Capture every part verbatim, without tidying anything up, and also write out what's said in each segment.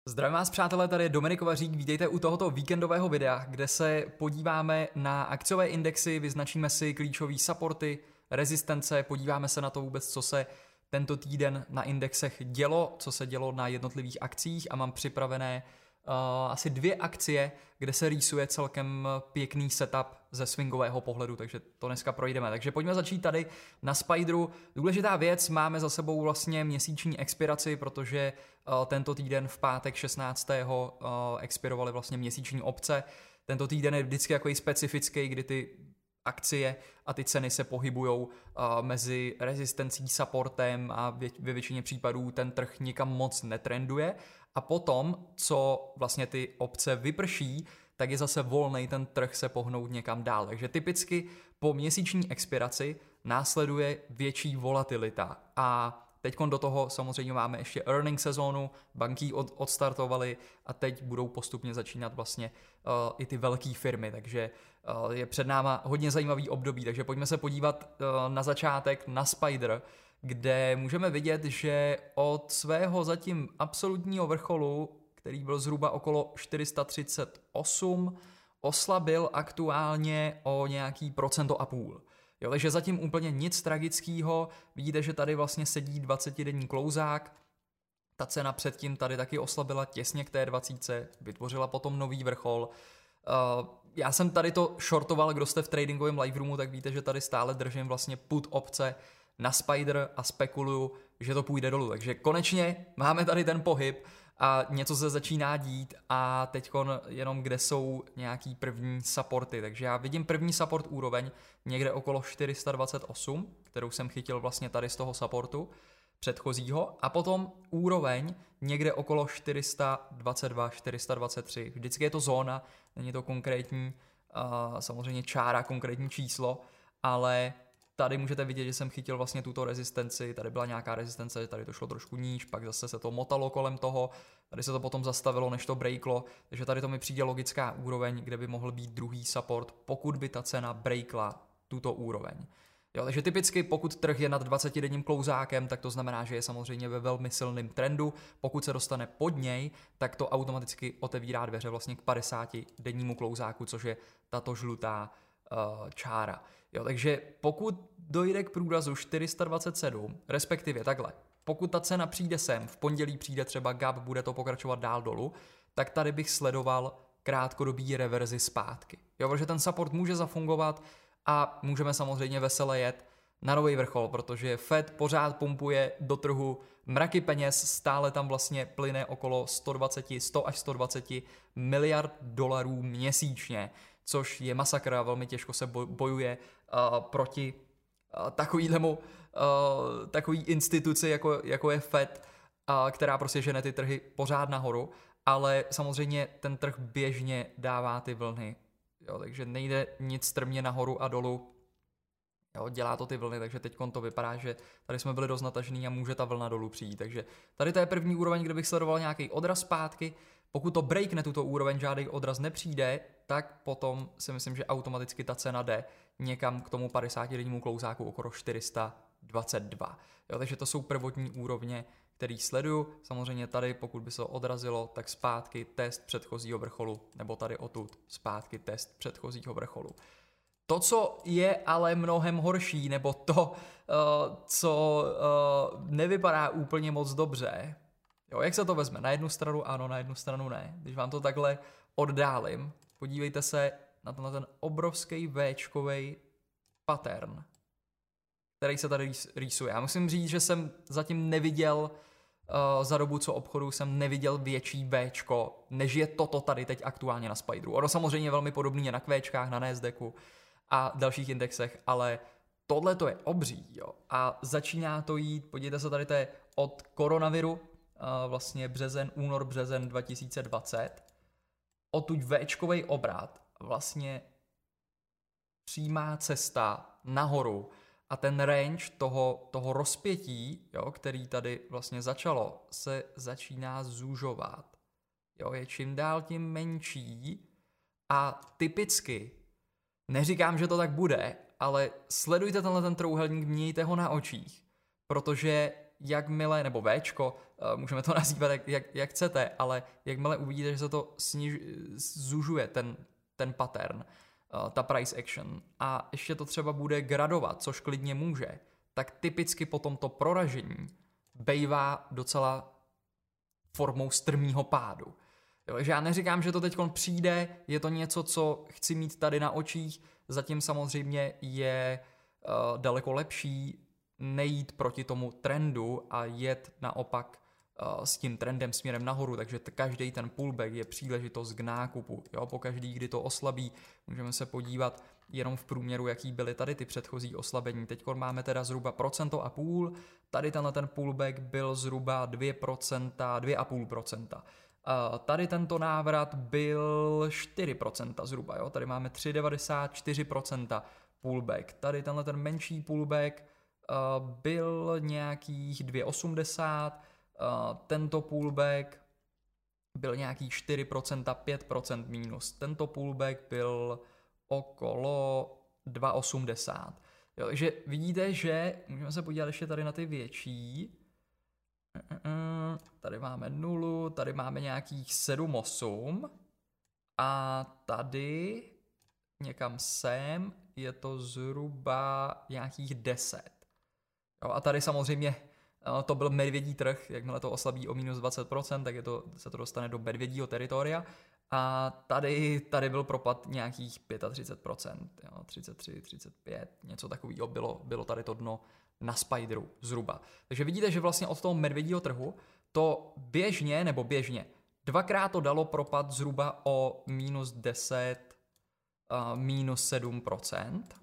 Zdravím vás, přátelé, tady je Dominik Vařík, vítejte u tohoto víkendového videa, kde se podíváme na akciové indexy, vyznačíme si klíčové supporty, rezistence, podíváme se na to vůbec, co se tento týden na indexech dělo, co se dělo na jednotlivých akcích a mám připravené uh, asi dvě akcie, kde se rýsuje celkem pěkný setup ze swingového pohledu, takže to dneska projdeme. Takže pojďme začít tady na Spideru. Důležitá věc, máme za sebou vlastně měsíční expiraci, protože uh, tento týden v pátek šestnáctého Uh, expirovaly vlastně měsíční opce. Tento týden je vždycky jako specifický, kdy ty akcie a ty ceny se pohybujou uh, mezi rezistencí, supportem a vě- ve většině případů ten trh nikam moc netrenduje. A potom, co vlastně ty opce vyprší, tak je zase volnej ten trh se pohnout někam dál. Takže typicky po měsíční expiraci následuje větší volatilita. A teď do toho samozřejmě máme ještě earning sezónu, banky od, odstartovaly a teď budou postupně začínat vlastně uh, i ty velké firmy, takže uh, je před náma hodně zajímavý období, takže pojďme se podívat uh, na začátek na Spider, kde můžeme vidět, že od svého zatím absolutního vrcholu, který byl zhruba okolo čtyři sta třicet osm, oslabil aktuálně o nějaký procento a půl. Jo, takže zatím úplně nic tragického. Vidíte, že tady vlastně sedí dvacetidenní klouzák. Ta cena předtím tady taky oslabila těsně k té dvacítce, vytvořila potom nový vrchol. Uh, já jsem tady to shortoval, kdo jste v tradingovém live roomu, tak víte, že tady stále držím vlastně put opce na Spider a spekuluju, že to půjde dolů. Takže konečně máme tady ten pohyb a něco se začíná dít a teďkon jenom kde jsou nějaký první supporty. Takže já vidím první support úroveň někde okolo čtyři sta dvacet osm, kterou jsem chytil vlastně tady z toho supportu předchozího, a potom úroveň někde okolo čtyři sta dvacet dva, čtyři sta dvacet tři. Vždycky je to zóna, není to konkrétní, uh, samozřejmě čára, konkrétní číslo, ale tady můžete vidět, že jsem chytil vlastně tuto rezistenci, tady byla nějaká rezistence, tady to šlo trošku níž, pak zase se to motalo kolem toho, tady se to potom zastavilo, než to breaklo, takže tady to mi přijde logická úroveň, kde by mohl být druhý support, pokud by ta cena breakla tuto úroveň. Jo, takže typicky pokud trh je nad dvacetidenním klouzákem, tak to znamená, že je samozřejmě ve velmi silném trendu. Pokud se dostane pod něj, tak to automaticky otevírá dveře vlastně k padesátidennímu klouzáku, což je tato žlutá uh, čára. Jo, takže pokud dojde k průrazu čtyři sta dvacet sedm, respektive takhle, pokud ta cena přijde sem, v pondělí přijde třeba gap, bude to pokračovat dál dolů, tak tady bych sledoval krátkodobý reverzi zpátky. Jo, protože ten support může zafungovat a můžeme samozřejmě vesele jet na nový vrchol, protože Fed pořád pumpuje do trhu mraky peněz, stále tam vlastně plyne okolo sto dvacet, sto až sto dvacet miliard dolarů měsíčně, což je masakr a velmi těžko se bojuje uh, proti uh, takovýhlemu, uh, takový instituci, jako, jako je Fed, uh, která prostě žene ty trhy pořád nahoru, ale samozřejmě ten trh běžně dává ty vlny. Jo, takže nejde nic strmě nahoru a dolů. Jo, dělá to ty vlny, takže teď to vypadá, že tady jsme byli dost natažený a může ta vlna dolů přijít. Takže tady to je první úroveň, kde bych sledoval nějaký odraz zpátky. Pokud to breakne tuto úroveň, žádný odraz nepřijde, tak potom si myslím, že automaticky ta cena jde někam k tomu padesátidennímu klouzáku okolo čtyři sta dvacet dva. Jo, takže to jsou prvotní úrovně, který sleduju. Samozřejmě tady, pokud by se to odrazilo, tak zpátky test předchozího vrcholu, nebo tady odtud zpátky test předchozího vrcholu. To, co je ale mnohem horší, nebo to, co nevypadá úplně moc dobře, jo, jak se to vezme? Na jednu stranu ano, na jednu stranu ne. Když vám to takhle oddálím, podívejte se na ten, na ten obrovský V-čkovej pattern, který se tady rýsuje. Já musím říct, že jsem zatím neviděl, uh, za dobu co obchodu jsem neviděl větší Včko, než je toto tady teď aktuálně na Spideru. Ono samozřejmě velmi podobný je na Qčkách, na Nasdaqu a dalších indexech, ale tohle to je obří, jo. A začíná to jít, podívejte se tady, to je od koronaviru, uh, vlastně březen, únor, březen dva tisíce dvacet, odtud Včkovej obrat, vlastně přímá cesta nahoru a ten range toho, toho rozpětí, jo, který tady vlastně začalo, se začíná zužovat. Jo, je čím dál tím menší a typicky, neříkám, že to tak bude, ale sledujte tenhle ten trouhelník, mějte ho na očích, protože jakmile, nebo Včko, můžeme to nazývat jak, jak, jak chcete, ale jakmile uvidíte, že se to sniž, zužuje, ten, ten pattern, ta price action, a ještě to třeba bude gradovat, což klidně může, tak typicky potom to proražení bejvá docela formou strmýho pádu. Jo, takže já neříkám, že to teď přijde, je to něco, co chci mít tady na očích, zatím samozřejmě je uh, daleko lepší nejít proti tomu trendu a jet naopak uh, s tím trendem směrem nahoru, takže t- každý ten pullback je příležitost k nákupu. Jo, po každý, kdy to oslabí, můžeme se podívat jenom v průměru, jaký byly tady ty předchozí oslabení. Teď máme teda zhruba procento a půl, tady tenhle ten pullback byl zhruba dvě procenta, dvě a půl procenta. Uh, tady tento návrat byl čtyři procenta zhruba, jo? Tady máme tři celá devadesát čtyři procenta pullback. Tady tenhle ten menší pullback uh, byl nějakých dvě celá osmdesát, uh, tento pullback byl nějakých čtyři procenta, pět procent mínus. Tento pullback byl okolo dva celá osmdesát. Jo, takže vidíte, že můžeme se podívat ještě tady na ty větší. Tady máme nulu, tady máme nějakých sedm osm a tady někam sem je to zhruba nějakých deset. Jo, a tady samozřejmě to byl medvědí trh, jakmile to oslabí o minus dvacet procent, tak je to, se to dostane do medvědího teritoria. A tady, tady byl propad nějakých třicet pět procent, jo, třicet tři, třicet pět, něco takového bylo, bylo tady to dno na Spideru zhruba. Takže vidíte, že vlastně od toho medvědího trhu to běžně, nebo běžně, dvakrát to dalo propad zhruba o minus deset, uh, minus sedm procent.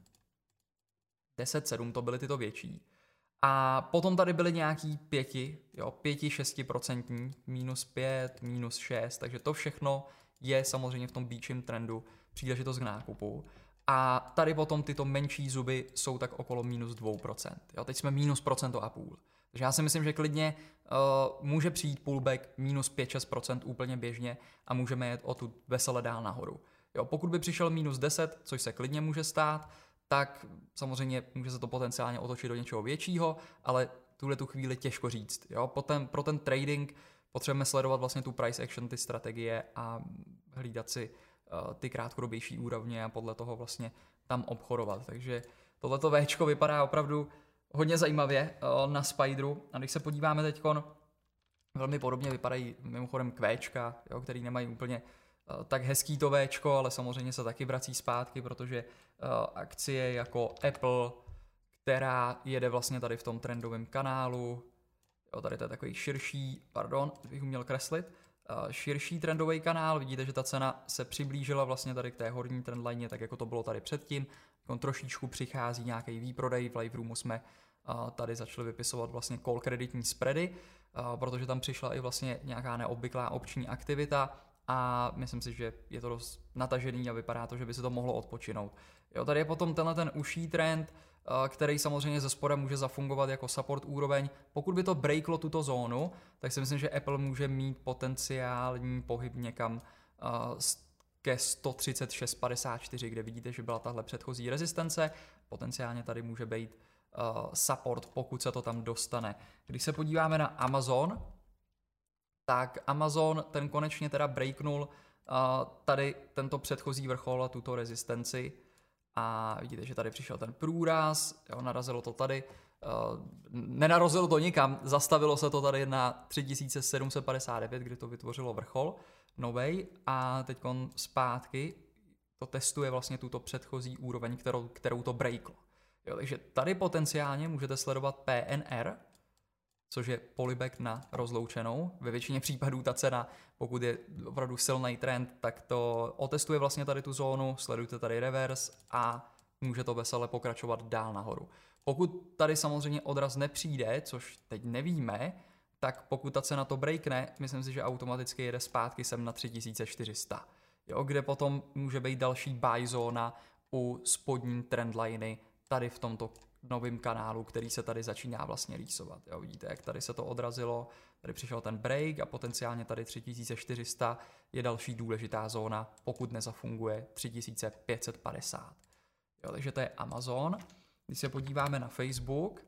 deset sedm to byly tyto větší. A potom tady byly nějaký pěti, jo, pěti, šesti procentní, minus pět, minus šest, takže to všechno je samozřejmě v tom býčím trendu příležitost k nákupu. A tady potom tyto menší zuby jsou tak okolo minus dvě procenta. Jo, teď jsme minus procento a půl. Takže já si myslím, že klidně uh, může přijít pullback minus pět až šest procent úplně běžně a můžeme jet o tu vesele dál nahoru. Jo, pokud by přišel minus deset, což se klidně může stát, tak samozřejmě může se to potenciálně otočit do něčeho většího, ale tuhle tu chvíli těžko říct. Jo? Potom pro ten trading potřebujeme sledovat vlastně tu price action, ty strategie a hlídat si uh, ty krátkodobější úrovně a podle toho vlastně tam obchodovat. Takže tohleto Včko vypadá opravdu hodně zajímavě uh, na Spideru. A když se podíváme teďkon, velmi podobně vypadají mimochodem Qčka, jo, který nemají úplně uh, tak hezký to Včko, ale samozřejmě se taky vrací zpátky, protože uh, akcie jako Apple, která jede vlastně tady v tom trendovém kanálu, jo, tady to je takový širší, pardon, bych uměl kreslit, uh, širší trendový kanál, vidíte, že ta cena se přiblížila vlastně tady k té horní trendline, tak jako to bylo tady předtím, on trošičku přichází nějaký výprodej, v Live Roomu jsme uh, tady začali vypisovat vlastně call kreditní spready, uh, protože tam přišla i vlastně nějaká neobvyklá opční aktivita a myslím si, že je to dost natažený a vypadá to, že by se to mohlo odpočinout. Jo, tady je potom tenhle ten užší trend, který samozřejmě ze spoda může zafungovat jako support úroveň. Pokud by to breaklo tuto zónu, tak si myslím, že Apple může mít potenciální pohyb někam uh, ke sto třicet šest padesát čtyři, kde vidíte, že byla tahle předchozí rezistence. Potenciálně tady může být uh, support, pokud se to tam dostane. Když se podíváme na Amazon, tak Amazon ten konečně teda breaknul uh, tady tento předchozí vrchol a tuto rezistenci. A vidíte, že tady přišel ten průraz, jo, narazilo to tady, uh, nenarazilo to nikam, zastavilo se to tady na tři tisíce sedm set padesát devět, kdy to vytvořilo vrchol novej a teď zpátky to testuje vlastně tuto předchozí úroveň, kterou, kterou to breaklo. Jo, takže tady potenciálně můžete sledovat P N R, což je polybek na rozloučenou. Ve většině případů ta cena, pokud je opravdu silný trend, tak to otestuje vlastně tady tu zónu, sledujte tady reverse a může to vesele pokračovat dál nahoru. Pokud tady samozřejmě odraz nepřijde, což teď nevíme, tak pokud ta cena to breakne, myslím si, že automaticky jede zpátky sem na tři tisíce čtyři sta, jo, kde potom může být další buy zóna u spodní trendliny tady v tomto novým kanálu, který se tady začíná vlastně rýsovat. Jo, vidíte, jak tady se to odrazilo, tady přišel ten break a potenciálně tady tři tisíce čtyři sta je další důležitá zóna, pokud nezafunguje tři tisíce pět set padesát. Jo, takže to je Amazon. Když se podíváme na Facebook,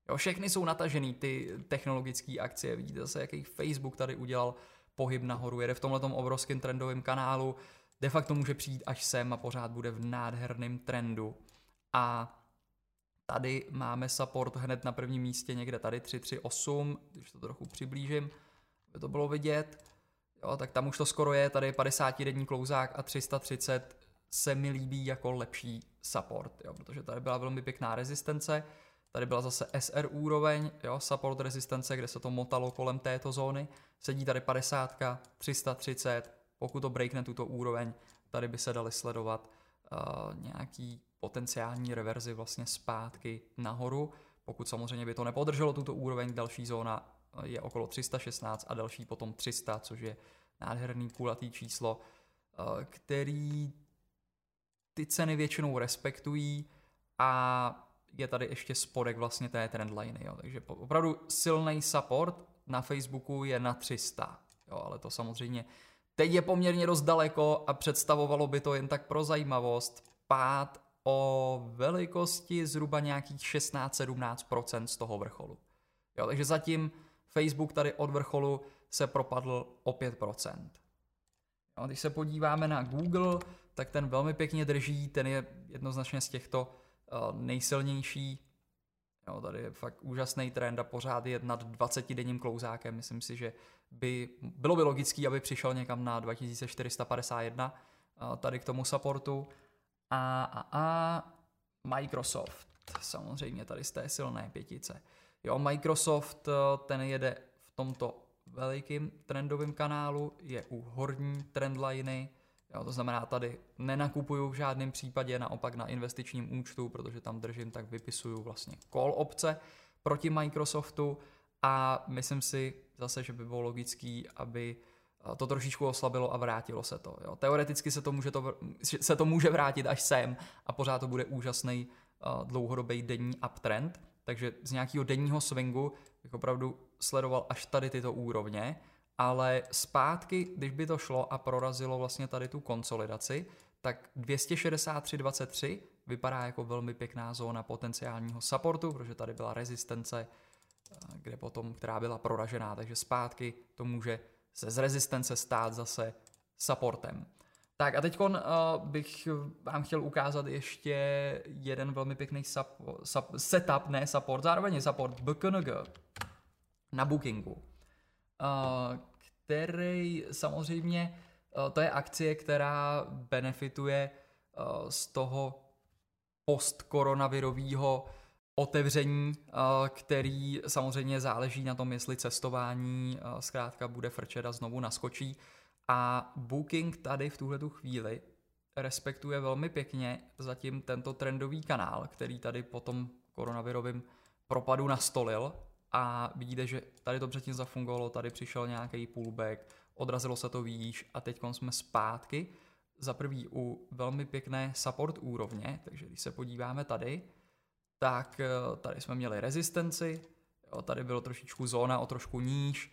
Jo, všechny jsou natažený ty technologické akcie. Vidíte zase, jaký Facebook tady udělal pohyb nahoru. Jede v tomhletom obrovském trendovém kanálu. De facto může přijít až sem a pořád bude v nádherném trendu. A tady máme support hned na prvním místě někde tady tři tři osm, když to trochu přiblížím, aby to bylo vidět. Jo, tak tam už to skoro je, tady padesátidenní klouzák a tři sta třicet se mi líbí jako lepší support, jo, protože tady byla velmi pěkná rezistence, tady byla zase S R úroveň, jo, support rezistence, kde se to motalo kolem této zóny, sedí tady padesát, tři sta třicet, pokud to breakne tuto úroveň, tady by se daly sledovat uh, nějaký potenciální reverzi vlastně zpátky nahoru, pokud samozřejmě by to nepodrželo tuto úroveň, další zóna je okolo tři sta šestnáct a další potom tři sta, což je nádherný kulatý číslo, který ty ceny většinou respektují a je tady ještě spodek vlastně té trendliny, jo. Takže opravdu silný support na Facebooku je na tři sta, jo, ale to samozřejmě teď je poměrně dost daleko a představovalo by to jen tak pro zajímavost pád o velikosti zhruba nějakých šestnáct sedmnáct procent z toho vrcholu. Jo, takže zatím Facebook tady od vrcholu se propadl o pět procent. Jo, když se podíváme na Google, tak ten velmi pěkně drží, ten je jednoznačně z těchto uh, nejsilnější. Jo, tady je fakt úžasný trend a pořád je nad dvacetidenním klouzákem. Myslím si, že by bylo by logický, aby přišel někam na dva tisíce čtyři sta padesát jedna uh, tady k tomu supportu. A, a, a Microsoft, samozřejmě tady z té silné pětice. Jo, Microsoft, ten jede v tomto velikým trendovém kanálu, je u horní trendliny, jo, to znamená tady nenakupuju v žádném případě, naopak na investičním účtu, protože tam držím, tak vypisuju vlastně call opce proti Microsoftu a myslím si zase, že by bylo logický, aby to trošičku oslabilo a vrátilo se to. Jo. Teoreticky se to, může to, se to může vrátit až sem a pořád to bude úžasný uh, dlouhodobý denní uptrend, takže z nějakého denního swingu bych opravdu sledoval až tady tyto úrovně, ale zpátky, když by to šlo a prorazilo vlastně tady tu konsolidaci, tak dvě stě šedesát tři dvacet tři vypadá jako velmi pěkná zóna potenciálního supportu, protože tady byla rezistence, kde potom, která byla proražená, takže zpátky to může se z rezistence stát zase supportem. Tak a teď uh, bych vám chtěl ukázat ještě jeden velmi pěkný sup, sup, setup, ne support, zároveň je support B K N G na Bookingu, uh, který samozřejmě, uh, to je akcie, která benefituje uh, z toho postkoronavirového otevření, který samozřejmě záleží na tom, jestli cestování zkrátka bude frčet a znovu naskočí. A Booking tady v tuhletu chvíli respektuje velmi pěkně zatím tento trendový kanál, který tady po tom koronavirovém propadu nastolil. A vidíte, že tady to předtím zafungovalo, tady přišel nějaký pullback, odrazilo se to výš a teď jsme zpátky. Za prvý u velmi pěkné support úrovně, takže když se podíváme tady, tak tady jsme měli rezistenci, jo, tady bylo trošičku zóna o trošku níž,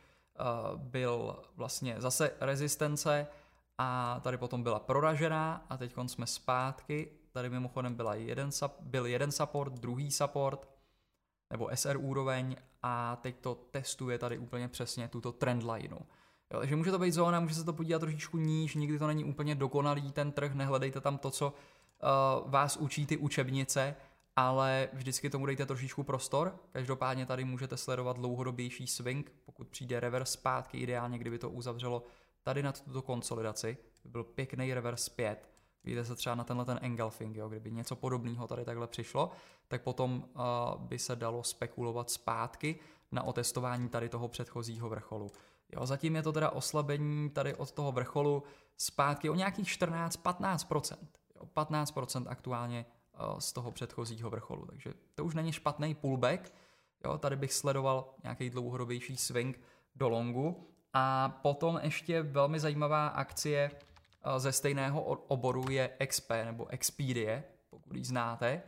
byl vlastně zase rezistence a tady potom byla proražená a teď jsme zpátky, tady mimochodem byla jeden, byl jeden support, druhý support, nebo S R úroveň a teď to testuje tady úplně přesně tuto trendlineu. Jo, takže může to být zóna, může se to podívat trošičku níž, nikdy to není úplně dokonalý ten trh, nehledejte tam to, co uh, vás učí ty učebnice, ale vždycky tomu dejte trošičku prostor. Každopádně tady můžete sledovat dlouhodobější swing, pokud přijde reverse zpátky, ideálně kdyby to uzavřelo tady na tuto konsolidaci, by byl pěkný reverse zpět. Vidíte se třeba na tenhle ten engulfing, jo, kdyby něco podobného tady takhle přišlo, tak potom uh, by se dalo spekulovat zpátky na otestování tady toho předchozího vrcholu. Jo, zatím je to teda oslabení tady od toho vrcholu zpátky o nějakých čtrnáct patnáct procent. Jo, patnáct procent aktuálně z toho předchozího vrcholu, takže to už není špatný pullback, jo, tady bych sledoval nějaký dlouhodobější swing do longu a potom ještě velmi zajímavá akcie ze stejného oboru je X P nebo Expedia, pokud ji znáte,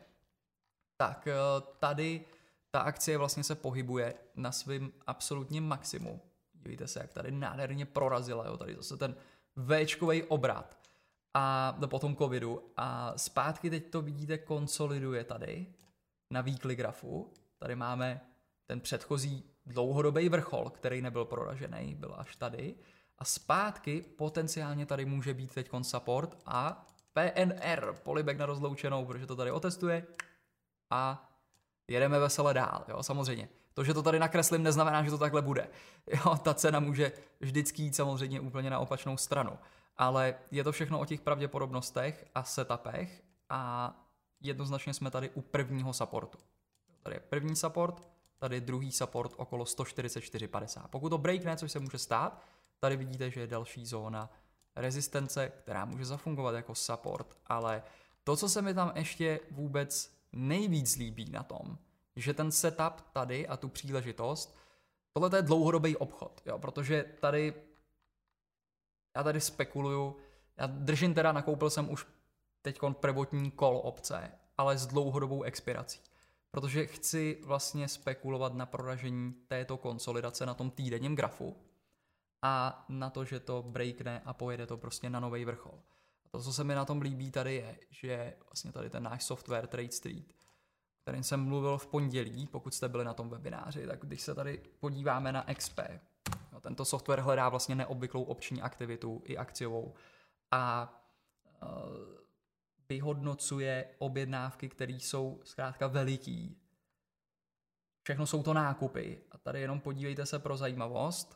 tak tady ta akcie vlastně se pohybuje na svým absolutním maximu. Dívejte se, jak tady nádherně prorazila, jo, tady zase ten V-čkovej obrat. A po tom covidu a zpátky teď to vidíte konsoliduje tady na weekly grafu. Tady máme ten předchozí dlouhodobý vrchol, který nebyl proražený, byl až tady. A zpátky potenciálně tady může být teď support a P N R, polybag na rozloučenou, protože to tady otestuje a jedeme vesele dál, jo, samozřejmě. To, že to tady nakreslím, neznamená, že to takhle bude. Jo, ta cena může vždycky jít samozřejmě úplně na opačnou stranu. Ale je to všechno o těch pravděpodobnostech a setupech a jednoznačně jsme tady u prvního supportu. Tady je první support, tady je druhý support okolo sto čtyřicet čtyři padesát. Pokud to breakne, což se může stát, tady vidíte, že je další zóna rezistence, která může zafungovat jako support, ale to, co se mi tam ještě vůbec nejvíc líbí na tom, že ten setup tady a tu příležitost, tohle je dlouhodobý obchod, jo, protože tady já tady spekuluju, já držím teda, nakoupil jsem už teďkon prvotní call opce, ale s dlouhodobou expirací, protože chci vlastně spekulovat na proražení této konsolidace na tom týdenním grafu a na to, že to breakne a pojede to prostě na nový vrchol. A to, co se mi na tom líbí tady je, že vlastně tady ten náš software TradeStreet, kterým jsem mluvil v pondělí, pokud jste byli na tom webináři, tak když se tady podíváme na X P, no, tento software hledá vlastně neobvyklou opční aktivitu i akciovou a uh, vyhodnocuje objednávky, které jsou zkrátka veliký. Všechno jsou to nákupy a tady jenom podívejte se pro zajímavost,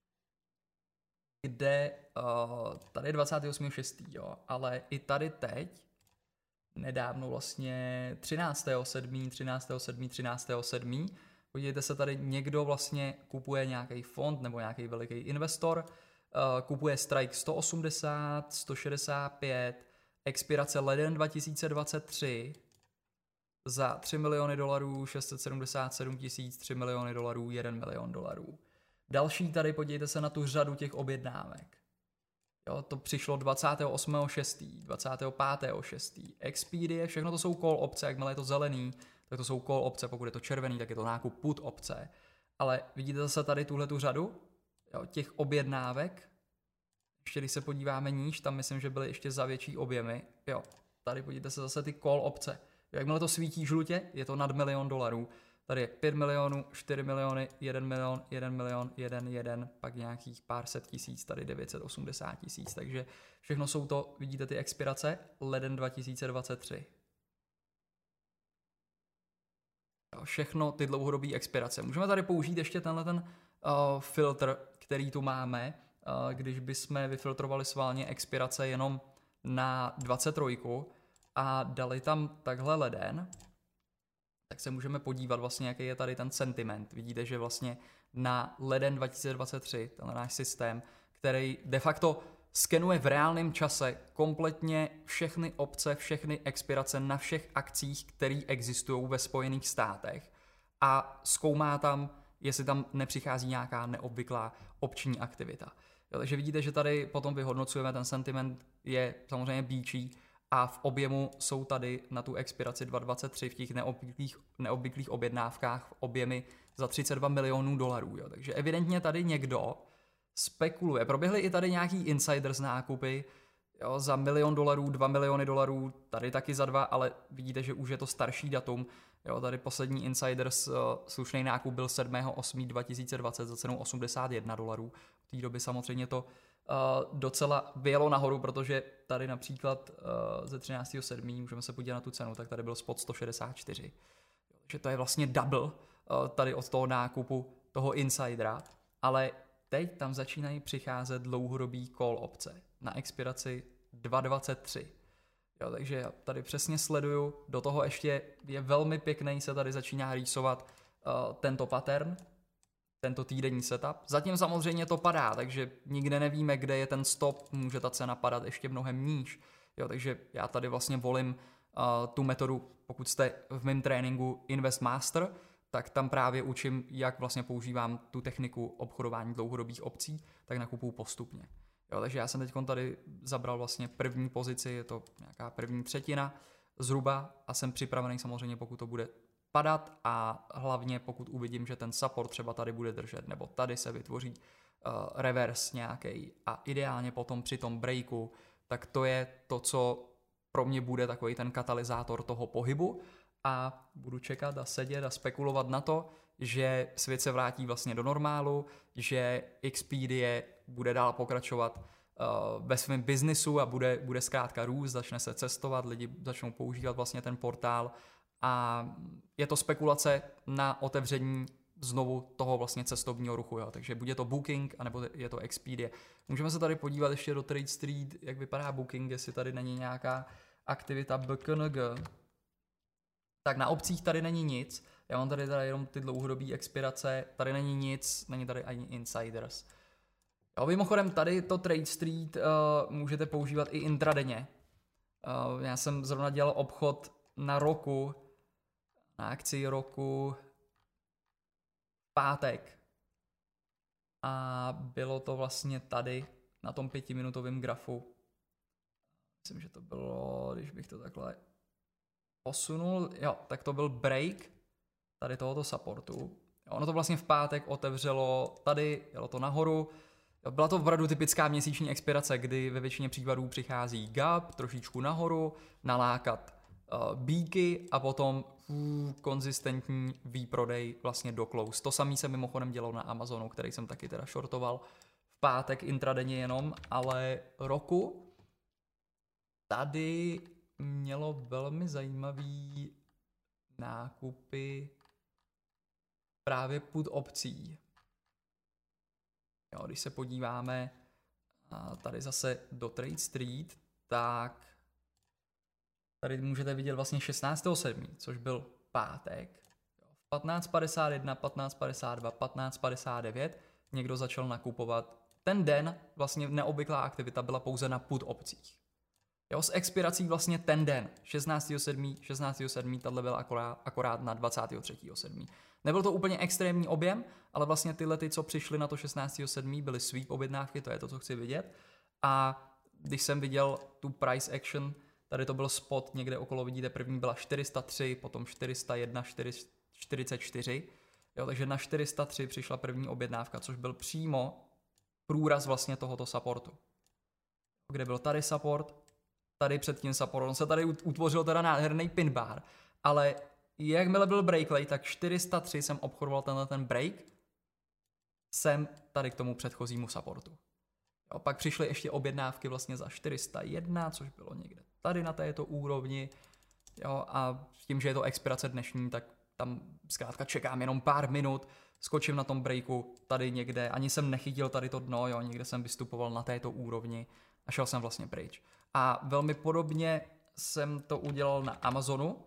kde uh, tady je dvacátého osmého šestého jo, ale i tady teď nedávno vlastně třináctého sedmého třináctého sedmého třináctého sedmého Podívejte se, tady někdo vlastně kupuje nějaký fond nebo nějaký veliký investor, uh, kupuje strike sto osmdesát, sto šedesát pět, expirace leden dva tisíce dvacet tři za tři miliony dolarů, šest set sedmdesát sedm tisíc, tři miliony dolarů, jeden milion dolarů. Další tady, podívejte se na tu řadu těch objednávek. Jo, to přišlo dvacátého osmého šestého dvacátého pátého šestého Expedia, všechno to jsou call opce, jakmile je to zelený, tak to jsou call opce, pokud je to červený, tak je to nákup put opce. Ale vidíte zase tady tuhle tu řadu jo, těch objednávek. Ještě když se podíváme níž, tam myslím, že byly ještě za větší objemy. Jo, tady podívejte se zase ty call opce. Jo, jakmile to svítí žlutě, je to nad milion dolarů. Tady je pět milionů, čtyři miliony, jeden milion, jeden milion, jeden, jeden, pak nějakých pár set tisíc, tady devět set osmdesát tisíc. Takže všechno jsou to, vidíte ty expirace, leden dva tisíce dvacet tři. Všechno ty dlouhodobé expirace. Můžeme tady použít ještě tenhle ten uh, filtr, který tu máme, uh, když bychom vyfiltrovali sválně expirace jenom na dvacet tři a dali tam takhle leden, tak se můžeme podívat vlastně, jaký je tady ten sentiment. Vidíte, že vlastně na leden dva tisíce dvacet tři, tenhle náš systém, který de facto skenuje v reálném čase kompletně všechny opce, všechny expirace na všech akcích, které existují ve Spojených státech a zkoumá tam, jestli tam nepřichází nějaká neobvyklá opční aktivita. Jo, takže vidíte, že tady potom vyhodnocujeme, ten sentiment je samozřejmě bíčí a v objemu jsou tady na tu expiraci dva tisíce dvacet tři v těch neobvyklých, neobvyklých objednávkách v objemy za třicet dva milionů dolarů. Jo. Takže evidentně tady někdo spekuluje. Proběhly i tady nějaký insiders nákupy jo, za milion dolarů, dva miliony dolarů, tady taky za dva, ale vidíte, že už je to starší datum. Jo, tady poslední insiders uh, slušný nákup byl sedmého osmého dva tisíce dvacet za cenu osmdesát jedna dolarů. V té době samozřejmě to uh, docela vyjelo nahoru, protože tady například uh, ze třináctého sedmého můžeme se podívat na tu cenu, tak tady byl spot sto šedesát čtyři. Takže to je vlastně double uh, tady od toho nákupu toho insidera, ale teď tam začínají přicházet dlouhodobý call opce na expiraci dva tisíce dvacet tři. Jo, takže já tady přesně sleduju, do toho ještě je velmi pěkný, se tady začíná rýsovat uh, tento pattern, tento týdenní setup. Zatím samozřejmě to padá, takže nikde nevíme, kde je ten stop, může ta cena padat ještě mnohem níž. Jo, takže já tady vlastně volím uh, tu metodu, pokud jste v mém tréninku Invest Master, tak tam právě učím, jak vlastně používám tu techniku obchodování dlouhodobých opcí, tak nakupuju postupně. Jo, takže já jsem teď tady zabral vlastně první pozici, je to nějaká první třetina zhruba a jsem připravený samozřejmě, pokud to bude padat a hlavně pokud uvidím, že ten support třeba tady bude držet nebo tady se vytvoří uh, reverse nějaký a ideálně potom při tom breaku, tak to je to, co pro mě bude takový ten katalyzátor toho pohybu a budu čekat a sedět a spekulovat na to, že svět se vrátí vlastně do normálu, že Expedia bude dál pokračovat uh, ve svém biznisu a bude, bude zkrátka růst, začne se cestovat, lidi začnou používat vlastně ten portál a je to spekulace na otevření znovu toho vlastně cestovního ruchu, jo. Takže bude to Booking, anebo je to Expedia. Můžeme se tady podívat ještě do Trade Street, jak vypadá Booking, jestli tady není nějaká aktivita B K N G. Tak na opcích tady není nic, já mám tady, tady jenom ty dlouhodobé expirace, tady není nic, není tady ani insiders. Jo, mimochodem tady to Trade Street uh, můžete používat i intradenně. Uh, já jsem zrovna dělal obchod na roku, na akci roku v pátek. A bylo to vlastně tady na tom pětiminutovém grafu. Myslím, že to bylo, když bych to takhle posunul, jo, tak to byl break tady tohoto supportu. Jo, ono to vlastně v pátek otevřelo tady, jelo to nahoru. Jo, byla to opravdu typická měsíční expirace, kdy ve většině případů přichází gap, trošičku nahoru, nalákat uh, bíky a potom uh, konzistentní výprodej vlastně do close. To samé jsem mimochodem dělal na Amazonu, který jsem taky teda shortoval v pátek intradenně jenom, ale roku tady mělo velmi zajímavý nákupy právě put opcí. Jo, když se podíváme tady zase do Trade Street, tak tady můžete vidět vlastně šestnáctého sedmého, což byl pátek. V patnáct padesát jedna, patnáct padesát dva, patnáct padesát devět někdo začal nakupovat. Ten den vlastně neobvyklá aktivita byla pouze na put opcích. Jo, s expirací vlastně ten den, šestnáctého sedmého, šestnáctého sedmého tato byla akorát, akorát na dvacátého třetího sedmého Nebyl to úplně extrémní objem, ale vlastně tyhle, ty, co přišly na to šestnáctého sedmého byly sweep objednávky, to je to, co chci vidět. A když jsem viděl tu price action, tady to byl spot někde okolo, vidíte, první byla čtyři sta tři, potom čtyři sta jedna, čtyřicet čtyři. Jo, takže na čtyři sta tři přišla první objednávka, což byl přímo průraz vlastně tohoto supportu. Kde byl tady support, tady před tím support, on se tady utvořil teda nádherný pin bar, ale jakmile byl break late, tak čtyři sta tři jsem obchodoval tenhle ten break, jsem tady k tomu předchozímu supportu. Jo, pak přišly ještě objednávky vlastně za čtyři sta jedna, což bylo někde tady na této úrovni, jo, a tím, že je to expirace dnešní, tak tam zkrátka čekám jenom pár minut, skočím na tom breaku tady někde, ani jsem nechytil tady to dno, jo, někde jsem vystupoval na této úrovni a šel jsem vlastně pryč. A velmi podobně jsem to udělal na Amazonu,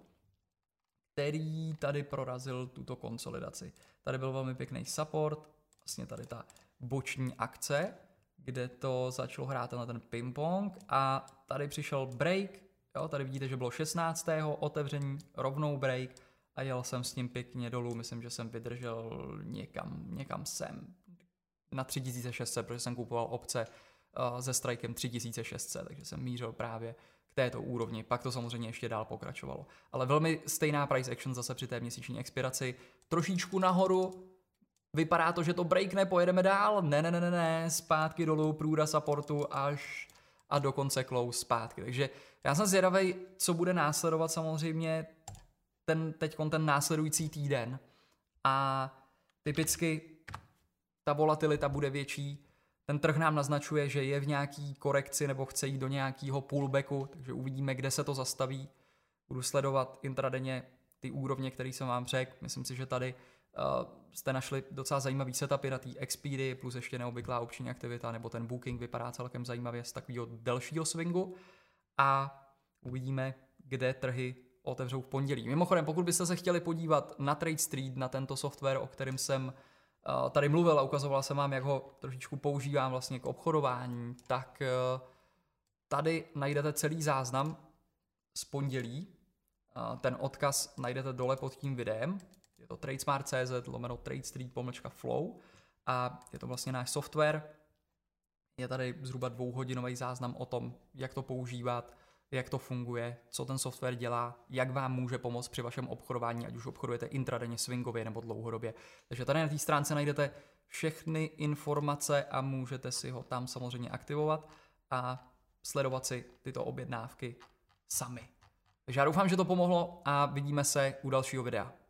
který tady prorazil tuto konsolidaci. Tady byl velmi pěkný support, vlastně tady ta boční akce, kde to začalo hrát na ten ping-pong a tady přišel break, jo, tady vidíte, že bylo šestnáctého otevření, rovnou break a jel jsem s ním pěkně dolů, myslím, že jsem vydržel někam, někam sem, na tři tisíce šest set, protože jsem kupoval opce uh, se strikem tři tisíce šest set, takže jsem mířil právě k této úrovni, pak to samozřejmě ještě dál pokračovalo. Ale velmi stejná price action zase při té měsíční expiraci, trošičku nahoru, vypadá to, že to breakne, pojedeme dál, ne, ne, ne, ne, ne, zpátky dolů, průra supportu až a dokonce close zpátky. Takže já jsem zvědavej, co bude následovat samozřejmě ten, teďkon ten následující týden a typicky ta volatilita bude větší. Ten trh nám naznačuje, že je v nějaký korekci nebo chce jít do nějakého pullbacku, takže uvidíme, kde se to zastaví. Budu sledovat intradenně ty úrovně, které jsem vám řekl. Myslím si, že tady uh, jste našli docela zajímavý setupy na té Expedia, plus ještě neobvyklá opční aktivita, nebo ten Booking vypadá celkem zajímavě z takového delšího swingu. A uvidíme, kde trhy otevřou v pondělí. Mimochodem, pokud byste se chtěli podívat na Trade Street, na tento software, o kterém jsem uh, tady mluvil a ukazoval jsem vám, jak ho trošičku používám vlastně k obchodování, tak uh, tady najdete celý záznam z pondělí. Uh, ten odkaz najdete dole pod tím videem. Je to tradesmart tečka cz lomeno tradestreet pomlčka flow a je to vlastně náš software. Je tady zhruba dvouhodinový záznam o tom, jak to používat, jak to funguje, co ten software dělá, jak vám může pomoct při vašem obchodování, ať už obchodujete intradenně, swingově nebo dlouhodobě. Takže tady na té stránce najdete všechny informace a můžete si ho tam samozřejmě aktivovat a sledovat si tyto objednávky sami. Takže já doufám, že to pomohlo a vidíme se u dalšího videa.